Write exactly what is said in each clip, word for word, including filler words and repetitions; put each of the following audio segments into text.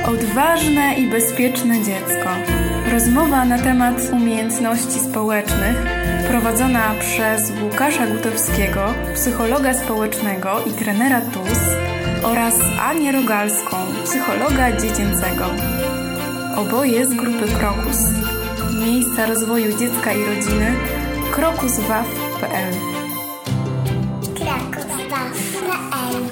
Odważne i bezpieczne dziecko. Rozmowa na temat umiejętności społecznych prowadzona przez Łukasza Gutowskiego, psychologa społecznego i trenera T U S oraz Anię Rogalską, psychologa dziecięcego. Oboje z grupy Krokus. Miejsca rozwoju dziecka i rodziny krokus waw kropka p l. krokus waw kropka p l.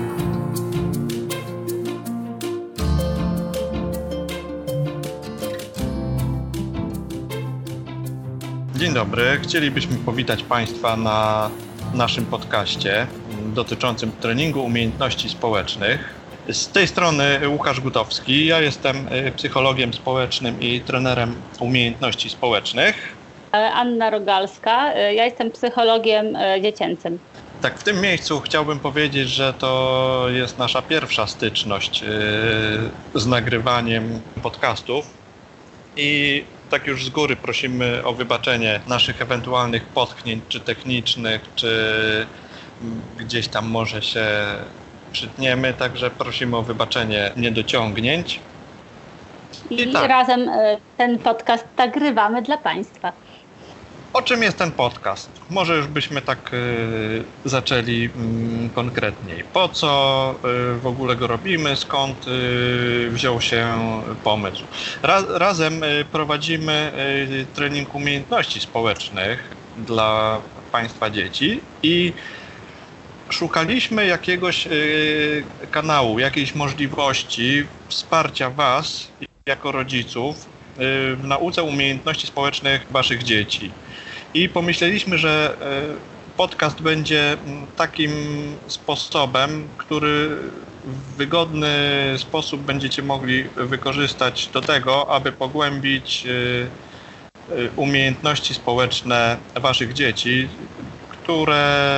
Dzień dobry. Chcielibyśmy powitać Państwa na naszym podcaście dotyczącym treningu umiejętności społecznych. Z tej strony Łukasz Gutowski. Ja jestem psychologiem społecznym i trenerem umiejętności społecznych. Anna Rogalska. Ja jestem psychologiem dziecięcym. Tak, w tym miejscu chciałbym powiedzieć, że to jest nasza pierwsza styczność z nagrywaniem podcastów i tak już z góry prosimy o wybaczenie naszych ewentualnych potknięć, czy technicznych, czy gdzieś tam może się przytniemy, także prosimy o wybaczenie niedociągnięć. I, I tak. razem ten podcast nagrywamy dla Państwa. O czym jest ten podcast? Może już byśmy tak y, zaczęli y, konkretniej. Po co y, w ogóle go robimy? Skąd y, wziął się pomysł? Ra, razem y, prowadzimy y, trening umiejętności społecznych dla Państwa dzieci i szukaliśmy jakiegoś y, kanału, jakiejś możliwości wsparcia Was jako rodziców y, w nauce umiejętności społecznych Waszych dzieci. I pomyśleliśmy, że podcast będzie takim sposobem, który w wygodny sposób będziecie mogli wykorzystać do tego, aby pogłębić umiejętności społeczne Waszych dzieci, które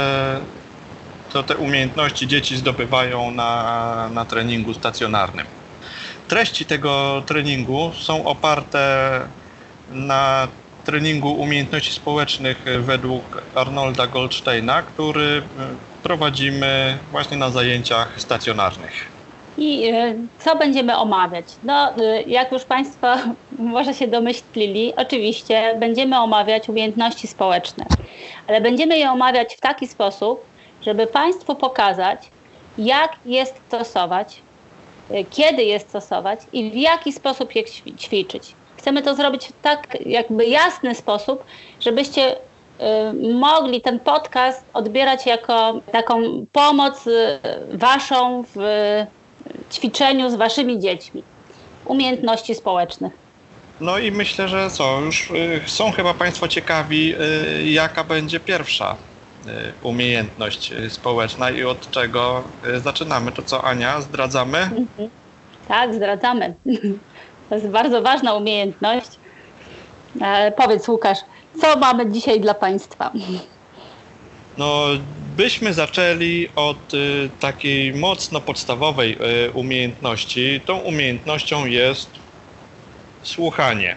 to te umiejętności dzieci zdobywają na, na treningu stacjonarnym. Treści tego treningu są oparte na treningu umiejętności społecznych według Arnolda Goldsteina, który prowadzimy właśnie na zajęciach stacjonarnych. I co będziemy omawiać? No, jak już Państwo może się domyślili, oczywiście będziemy omawiać umiejętności społeczne, ale będziemy je omawiać w taki sposób, żeby Państwu pokazać, jak je stosować, kiedy je stosować i w jaki sposób je ćwiczyć. Chcemy to zrobić w tak jakby jasny sposób, żebyście y, mogli ten podcast odbierać jako taką pomoc y, Waszą w y, ćwiczeniu z Waszymi dziećmi umiejętności społecznych. No i myślę, że co, już y, są chyba Państwo ciekawi, y, jaka będzie pierwsza y, umiejętność y, społeczna i od czego y, zaczynamy. To co, Ania, zdradzamy? Mhm. Tak, zdradzamy. To jest bardzo ważna umiejętność. E, powiedz, Łukasz, co mamy dzisiaj dla Państwa? No, byśmy zaczęli od y, takiej mocno podstawowej y, umiejętności. Tą umiejętnością jest słuchanie.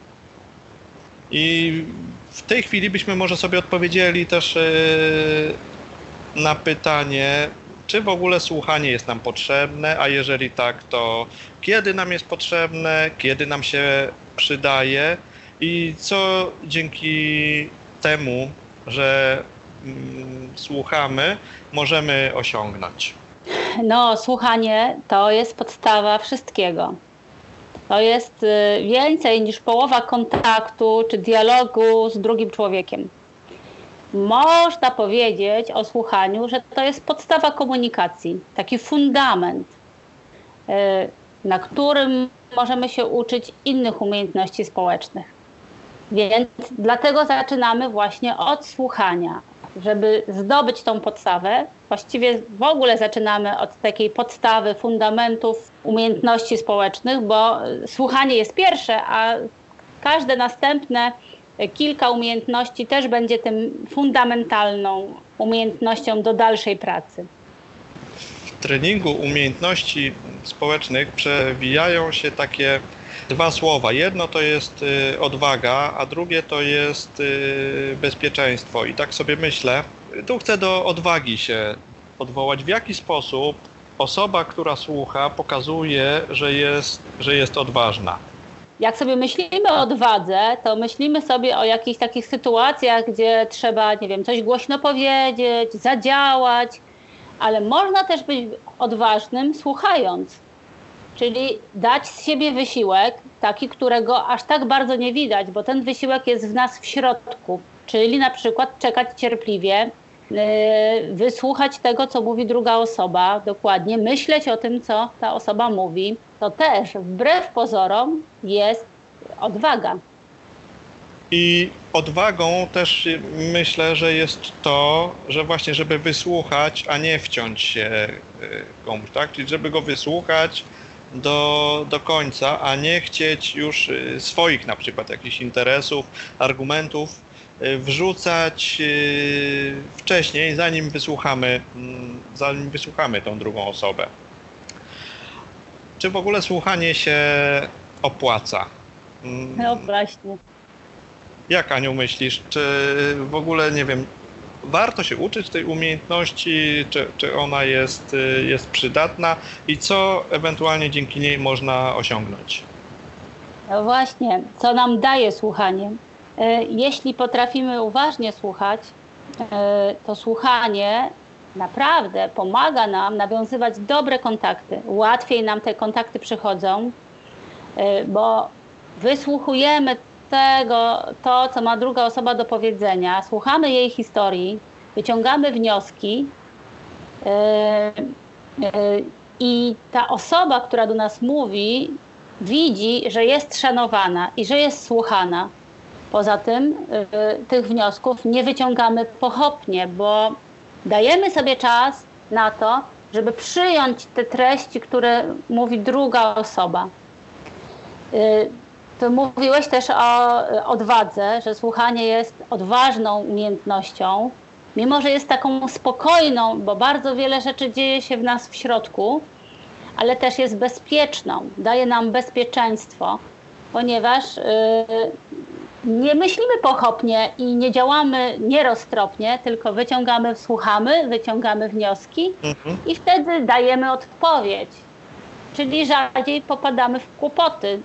I w tej chwili byśmy może sobie odpowiedzieli też y, na pytanie, czy w ogóle słuchanie jest nam potrzebne, a jeżeli tak, to kiedy nam jest potrzebne, kiedy nam się przydaje i co dzięki temu, że mm, słuchamy, możemy osiągnąć? No, słuchanie to jest podstawa wszystkiego. To jest y, więcej niż połowa kontaktu czy dialogu z drugim człowiekiem. Można powiedzieć o słuchaniu, że to jest podstawa komunikacji, taki fundament, na którym możemy się uczyć innych umiejętności społecznych. Więc dlatego zaczynamy właśnie od słuchania. Żeby zdobyć tą podstawę, właściwie w ogóle zaczynamy od takiej podstawy, fundamentów umiejętności społecznych, bo słuchanie jest pierwsze, a każde następne kilka umiejętności też będzie tym fundamentalną umiejętnością do dalszej pracy. W treningu umiejętności społecznych przewijają się takie dwa słowa. Jedno to jest y, odwaga, a drugie to jest y, bezpieczeństwo. I tak sobie myślę, tu chcę do odwagi się odwołać. W jaki sposób osoba, która słucha, pokazuje, że jest, że jest odważna. Jak sobie myślimy o odwadze, to myślimy sobie o jakichś takich sytuacjach, gdzie trzeba, nie wiem, coś głośno powiedzieć, zadziałać, ale można też być odważnym słuchając. Czyli dać z siebie wysiłek, taki, którego aż tak bardzo nie widać, bo ten wysiłek jest w nas w środku. Czyli na przykład czekać cierpliwie, yy, wysłuchać tego, co mówi druga osoba, dokładnie, myśleć o tym, co ta osoba mówi. To też wbrew pozorom jest odwaga. I odwagą też myślę, że jest to, że właśnie, żeby wysłuchać, a nie wciąć się komuś, tak? Czyli żeby go wysłuchać do, do końca, a nie chcieć już swoich na przykład jakichś interesów, argumentów wrzucać wcześniej, zanim wysłuchamy, zanim wysłuchamy tą drugą osobę. Czy w ogóle słuchanie się opłaca? No właśnie. Jak, Aniu, myślisz, czy w ogóle, nie wiem, warto się uczyć tej umiejętności, czy, czy ona jest, jest przydatna i co ewentualnie dzięki niej można osiągnąć? No właśnie, co nam daje słuchanie? Jeśli potrafimy uważnie słuchać, to słuchanie naprawdę pomaga nam nawiązywać dobre kontakty. Łatwiej nam te kontakty przychodzą, bo wysłuchujemy tego, to, co ma druga osoba do powiedzenia, słuchamy jej historii, wyciągamy wnioski yy, yy, i ta osoba, która do nas mówi, widzi, że jest szanowana i że jest słuchana. Poza tym yy, tych wniosków nie wyciągamy pochopnie, bo dajemy sobie czas na to, żeby przyjąć te treści, które mówi druga osoba. Yy, Ty mówiłeś też o odwadze, że słuchanie jest odważną umiejętnością, mimo że jest taką spokojną, bo bardzo wiele rzeczy dzieje się w nas w środku, ale też jest bezpieczną, daje nam bezpieczeństwo, ponieważ yy, nie myślimy pochopnie i nie działamy nieroztropnie, tylko wyciągamy, słuchamy, wyciągamy wnioski mhm. i wtedy dajemy odpowiedź, czyli rzadziej popadamy w kłopoty.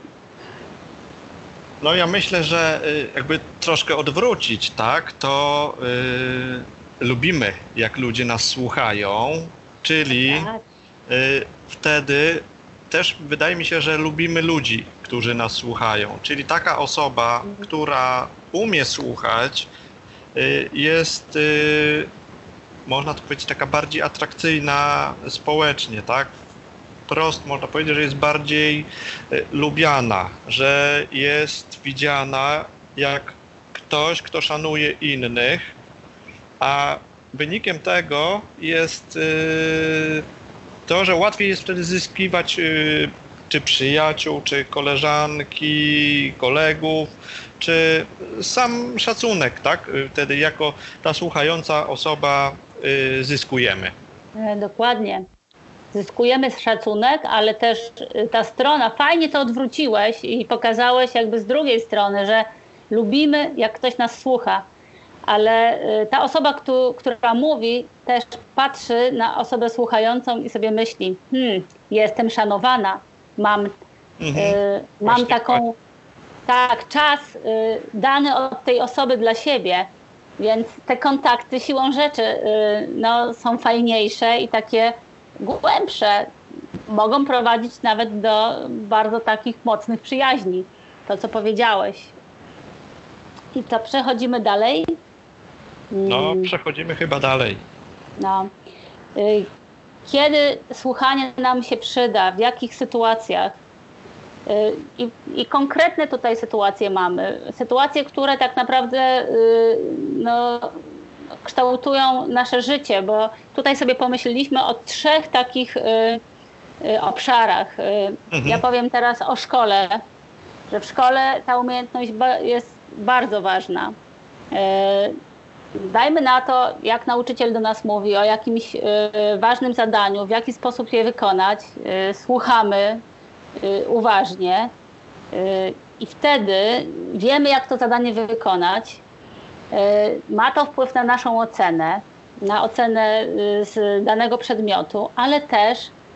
No ja myślę, że jakby troszkę odwrócić, tak, to yy, lubimy, jak ludzie nas słuchają, czyli yy, wtedy też wydaje mi się, że lubimy ludzi, którzy nas słuchają. Czyli taka osoba, mhm. która umie słuchać, yy, jest, yy, można to powiedzieć, taka bardziej atrakcyjna społecznie, tak? Wprost można powiedzieć, że jest bardziej y, lubiana, że jest widziana jak ktoś, kto szanuje innych, a wynikiem tego jest y, to, że łatwiej jest wtedy zyskiwać y, czy przyjaciół, czy koleżanki, kolegów, czy sam szacunek, tak? Wtedy jako ta słuchająca osoba y, zyskujemy. Dokładnie. Zyskujemy szacunek, ale też ta strona, fajnie to odwróciłeś i pokazałeś jakby z drugiej strony, że lubimy, jak ktoś nas słucha, ale ta osoba, która mówi, też patrzy na osobę słuchającą i sobie myśli, hmm, jestem szanowana, mam, mhm. y, mam taką, tak, czas y, dany od tej osoby dla siebie, więc te kontakty siłą rzeczy y, no, są fajniejsze i takie głębsze, mogą prowadzić nawet do bardzo takich mocnych przyjaźni. To, co powiedziałeś. I to przechodzimy dalej. No, przechodzimy chyba dalej. No. Kiedy słuchanie nam się przyda, w jakich sytuacjach? I, i konkretne tutaj sytuacje mamy. Sytuacje, które tak naprawdę no, kształtują nasze życie, bo tutaj sobie pomyśleliśmy o trzech takich y, y, obszarach. Y, mhm. Ja powiem teraz o szkole, że w szkole ta umiejętność ba- jest bardzo ważna. Y, dajmy na to, jak nauczyciel do nas mówi o jakimś y, ważnym zadaniu, w jaki sposób je wykonać, y, słuchamy y, uważnie y, i wtedy wiemy, jak to zadanie wykonać. Ma to wpływ na naszą ocenę, na ocenę z danego przedmiotu, ale też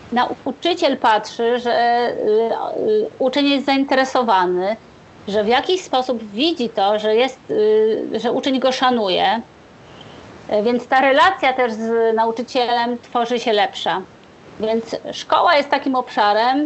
nauczyciel patrzy, że uczeń jest zainteresowany, że w jakiś sposób widzi to, że, jest, że uczeń go szanuje, więc ta relacja też z nauczycielem tworzy się lepsza. Więc szkoła jest takim obszarem,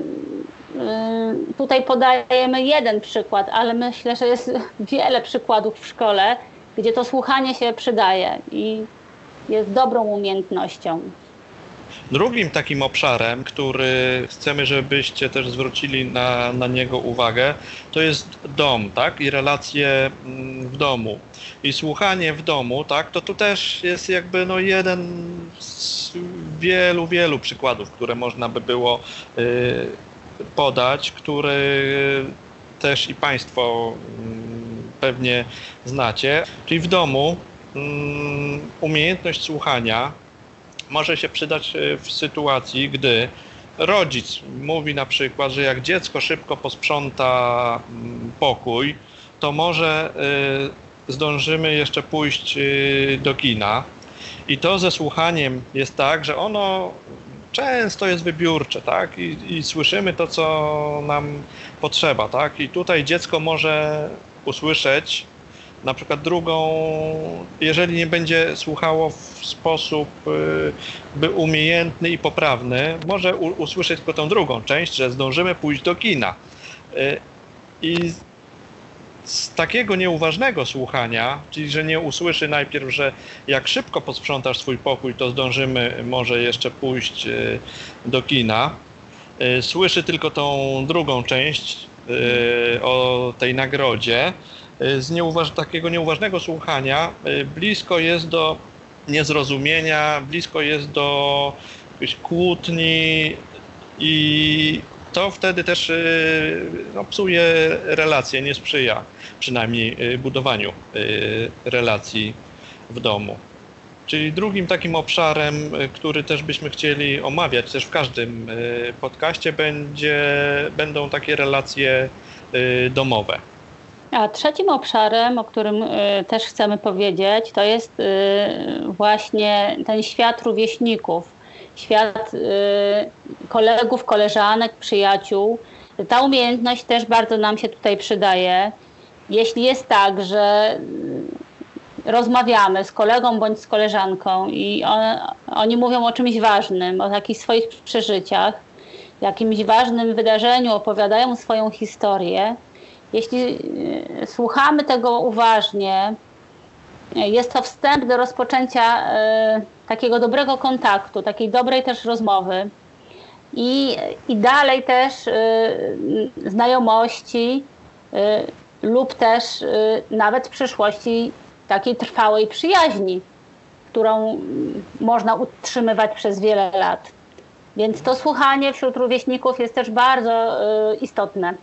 tutaj podajemy jeden przykład, ale myślę, że jest wiele przykładów w szkole, gdzie to słuchanie się przydaje i jest dobrą umiejętnością. Drugim takim obszarem, który chcemy, żebyście też zwrócili na, na niego uwagę, to jest dom, tak? I relacje w domu. I słuchanie w domu, tak? To tu też jest jakby no jeden z wielu, wielu przykładów, które można by było y, podać, który też i Państwo y, pewnie znacie. Czyli w domu y, umiejętność słuchania może się przydać w sytuacji, gdy rodzic mówi na przykład, że jak dziecko szybko posprząta pokój, to może zdążymy jeszcze pójść do kina. I to ze słuchaniem jest tak, że ono często jest wybiórcze, tak? I, i słyszymy to, co nam potrzeba, tak? I tutaj dziecko może usłyszeć na przykład drugą, jeżeli nie będzie słuchało w sposób by umiejętny i poprawny, może u, usłyszeć tylko tą drugą część, że zdążymy pójść do kina. I z takiego nieuważnego słuchania, czyli że nie usłyszy najpierw, że jak szybko posprzątasz swój pokój, to zdążymy może jeszcze pójść do kina, słyszy tylko tą drugą część o tej nagrodzie. Z nieuważ- takiego nieuważnego słuchania blisko jest do niezrozumienia, blisko jest do jakiejś kłótni i to wtedy też no, psuje relacje, nie sprzyja przynajmniej budowaniu relacji w domu. Czyli drugim takim obszarem, który też byśmy chcieli omawiać też w każdym podcaście, będzie, będą takie relacje domowe. A trzecim obszarem, o którym y, też chcemy powiedzieć, to jest y, właśnie ten świat rówieśników, świat y, kolegów, koleżanek, przyjaciół. Ta umiejętność też bardzo nam się tutaj przydaje. Jeśli jest tak, że rozmawiamy z kolegą bądź z koleżanką i on, oni mówią o czymś ważnym, o jakichś swoich przeżyciach, jakimś ważnym wydarzeniu, opowiadają swoją historię. Jeśli słuchamy tego uważnie, jest to wstęp do rozpoczęcia takiego dobrego kontaktu, takiej dobrej też rozmowy i, i dalej też znajomości lub też nawet w przyszłości takiej trwałej przyjaźni, którą można utrzymywać przez wiele lat. Więc to słuchanie wśród rówieśników jest też bardzo istotne.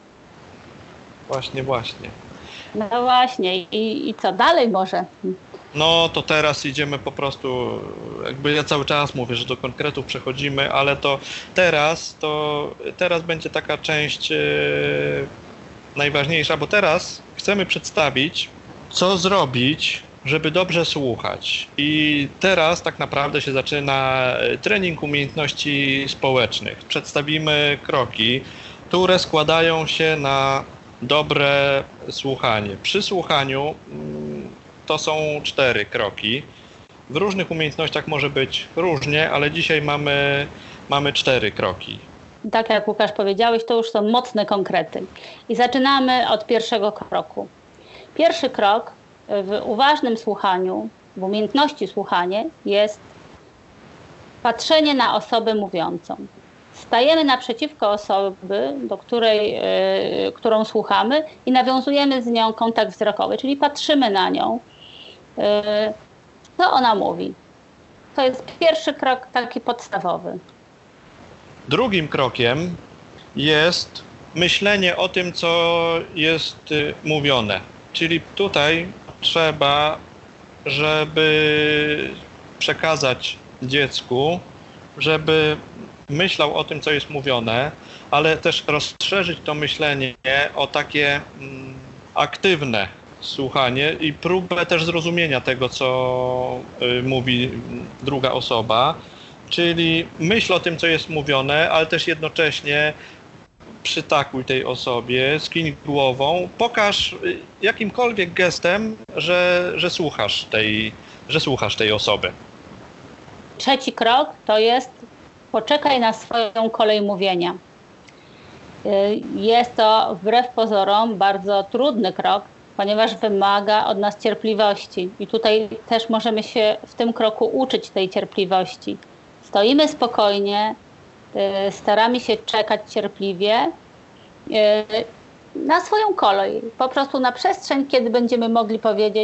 Właśnie, właśnie. No właśnie. I, i co dalej może? No to teraz idziemy po prostu, jakby ja cały czas mówię, że do konkretów przechodzimy, ale to teraz, to teraz będzie taka część e, najważniejsza, bo teraz chcemy przedstawić, co zrobić, żeby dobrze słuchać. I teraz tak naprawdę się zaczyna trening umiejętności społecznych. Przedstawimy kroki, które składają się na dobre słuchanie. Przy słuchaniu to są cztery kroki. W różnych umiejętnościach może być różnie, ale dzisiaj mamy, mamy cztery kroki. Tak jak Łukasz powiedziałeś, to już są mocne konkrety. I zaczynamy od pierwszego kroku. Pierwszy krok w uważnym słuchaniu, w umiejętności słuchania jest patrzenie na osobę mówiącą. Stajemy naprzeciwko osoby, do której, y, którą słuchamy i nawiązujemy z nią kontakt wzrokowy, czyli patrzymy na nią, y, co ona mówi. To jest pierwszy krok taki podstawowy. Drugim krokiem jest myślenie o tym, co jest y, mówione. Czyli tutaj trzeba, żeby przekazać dziecku, żeby myślał o tym, co jest mówione, ale też rozszerzyć to myślenie o takie mm, aktywne słuchanie i próbę też zrozumienia tego, co y, mówi druga osoba. Czyli myśl o tym, co jest mówione, ale też jednocześnie przytakuj tej osobie, skiń głową, pokaż jakimkolwiek gestem, że, że, słuchasz tej, że słuchasz tej osoby. Trzeci krok to jest poczekaj na swoją kolej mówienia. Jest to wbrew pozorom bardzo trudny krok, ponieważ wymaga od nas cierpliwości. I tutaj też możemy się w tym kroku uczyć tej cierpliwości. Stoimy spokojnie, staramy się czekać cierpliwie na swoją kolej. Po prostu na przestrzeń, kiedy będziemy mogli powiedzieć,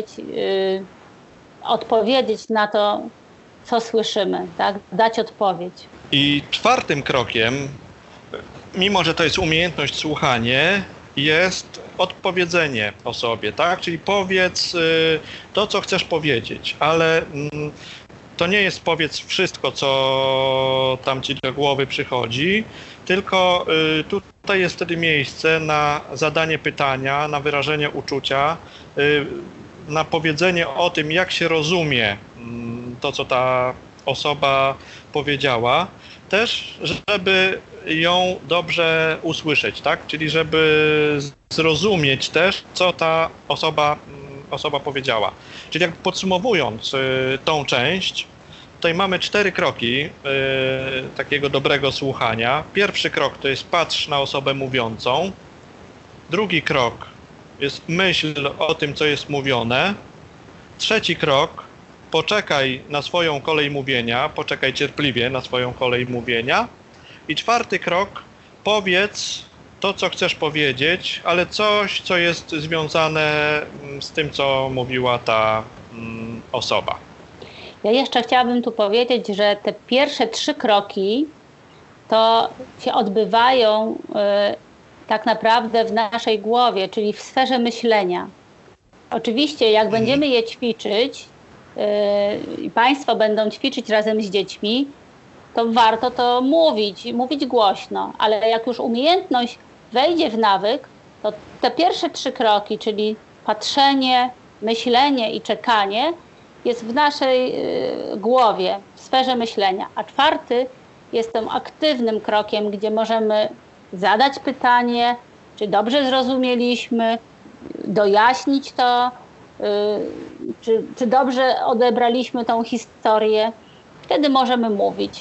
odpowiedzieć na to, co słyszymy, tak? Dać odpowiedź. I czwartym krokiem, mimo że to jest umiejętność słuchania, jest odpowiedzenie osobie, tak? Czyli powiedz y, to, co chcesz powiedzieć, ale y, to nie jest powiedz wszystko, co tam ci do głowy przychodzi, tylko y, tutaj jest wtedy miejsce na zadanie pytania, na wyrażenie uczucia, y, na powiedzenie o tym, jak się rozumie y, to, co ta osoba powiedziała, też, żeby ją dobrze usłyszeć, tak? Czyli żeby zrozumieć też, co ta osoba, osoba powiedziała. Czyli jak podsumowując y, tą część, tutaj mamy cztery kroki y, takiego dobrego słuchania. Pierwszy krok to jest patrz na osobę mówiącą. Drugi krok jest myśl o tym, co jest mówione. Trzeci krok, poczekaj na swoją kolej mówienia, poczekaj cierpliwie na swoją kolej mówienia. I czwarty krok, powiedz to, co chcesz powiedzieć, ale coś, co jest związane z tym, co mówiła ta mm, osoba. Ja jeszcze chciałabym tu powiedzieć, że te pierwsze trzy kroki to się odbywają y, tak naprawdę w naszej głowie, czyli w sferze myślenia. Oczywiście jak hmm. będziemy je ćwiczyć i yy, Państwo będą ćwiczyć razem z dziećmi, to warto to mówić, mówić głośno, ale jak już umiejętność wejdzie w nawyk, to te pierwsze trzy kroki, czyli patrzenie, myślenie i czekanie, jest w naszej y, głowie, w sferze myślenia. A czwarty jest tym aktywnym krokiem, gdzie możemy zadać pytanie, czy dobrze zrozumieliśmy, dojaśnić to, y, czy, czy dobrze odebraliśmy tą historię. Wtedy możemy mówić.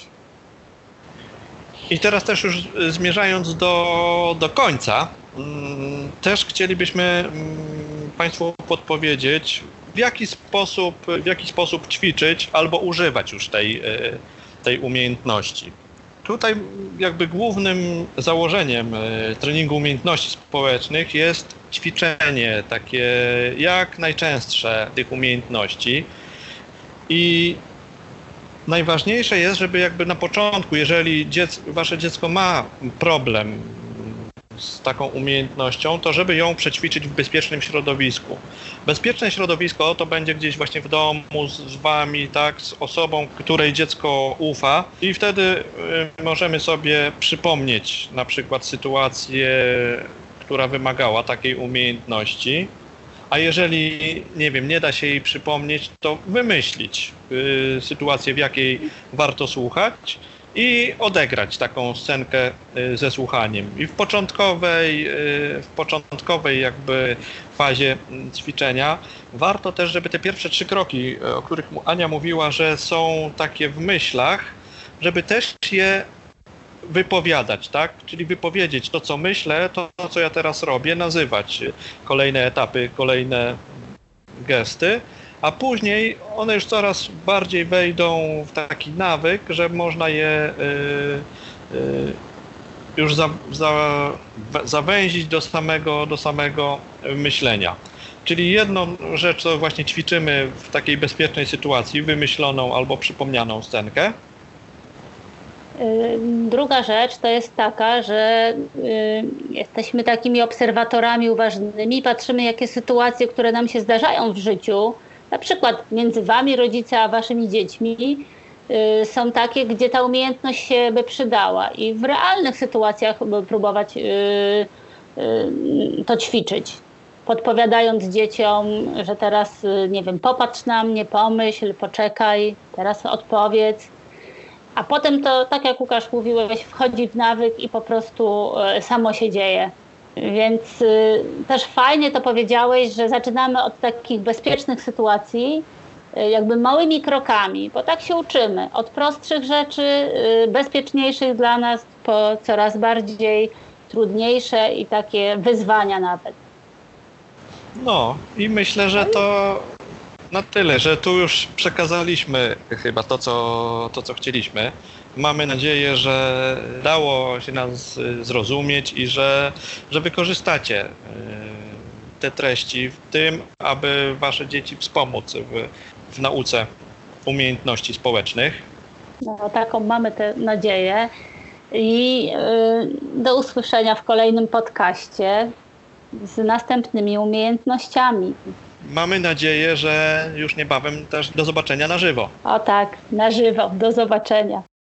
I teraz też już zmierzając do, do końca, też chcielibyśmy Państwu podpowiedzieć, w jaki sposób, w jaki sposób ćwiczyć albo używać już tej, tej umiejętności. Tutaj jakby głównym założeniem treningu umiejętności społecznych jest ćwiczenie takie jak najczęstsze tych umiejętności. I najważniejsze jest, żeby jakby na początku, jeżeli dziec, wasze dziecko ma problem z taką umiejętnością, to żeby ją przećwiczyć w bezpiecznym środowisku. Bezpieczne środowisko to będzie gdzieś właśnie w domu z wami, tak, z osobą, której dziecko ufa, i wtedy y, możemy sobie przypomnieć na przykład sytuację, która wymagała takiej umiejętności. A jeżeli, nie wiem, nie da się jej przypomnieć, to wymyślić y, sytuację, w jakiej warto słuchać i odegrać taką scenkę y, ze słuchaniem. I w początkowej, y, w początkowej jakby fazie ćwiczenia warto też, żeby te pierwsze trzy kroki, o których Ania mówiła, że są takie w myślach, żeby też je wypowiadać, tak? Czyli wypowiedzieć to, co myślę, to, co ja teraz robię, nazywać kolejne etapy, kolejne gesty, a później one już coraz bardziej wejdą w taki nawyk, że można je y, y, już za, za, zawęzić do samego, do samego myślenia. Czyli jedną rzecz, co właśnie ćwiczymy w takiej bezpiecznej sytuacji, wymyśloną albo przypomnianą scenkę. Druga rzecz to jest taka, że y, jesteśmy takimi obserwatorami uważnymi, patrzymy, jakie sytuacje, które nam się zdarzają w życiu, na przykład między wami, rodzice, a waszymi dziećmi, y, są takie, gdzie ta umiejętność się by przydała, i w realnych sytuacjach by próbować y, y, to ćwiczyć, podpowiadając dzieciom, że teraz, y, nie wiem, popatrz na mnie, pomyśl, poczekaj, teraz odpowiedz. A potem to, tak jak Łukasz mówiłeś, wchodzi w nawyk i po prostu samo się dzieje. Więc y, też fajnie to powiedziałeś, że zaczynamy od takich bezpiecznych sytuacji, y, jakby małymi krokami, bo tak się uczymy. Od prostszych rzeczy, y, bezpieczniejszych dla nas, po coraz bardziej trudniejsze i takie wyzwania nawet. No i myślę, że to na tyle, że tu już przekazaliśmy chyba to, co, to, co chcieliśmy. Mamy nadzieję, że dało się nas zrozumieć i że, że wykorzystacie te treści w tym, aby wasze dzieci wspomóc w, w nauce umiejętności społecznych. No, taką mamy tę nadzieję i y, do usłyszenia w kolejnym podcaście z następnymi umiejętnościami. Mamy nadzieję, że już niebawem też do zobaczenia na żywo. O tak, na żywo. Do zobaczenia.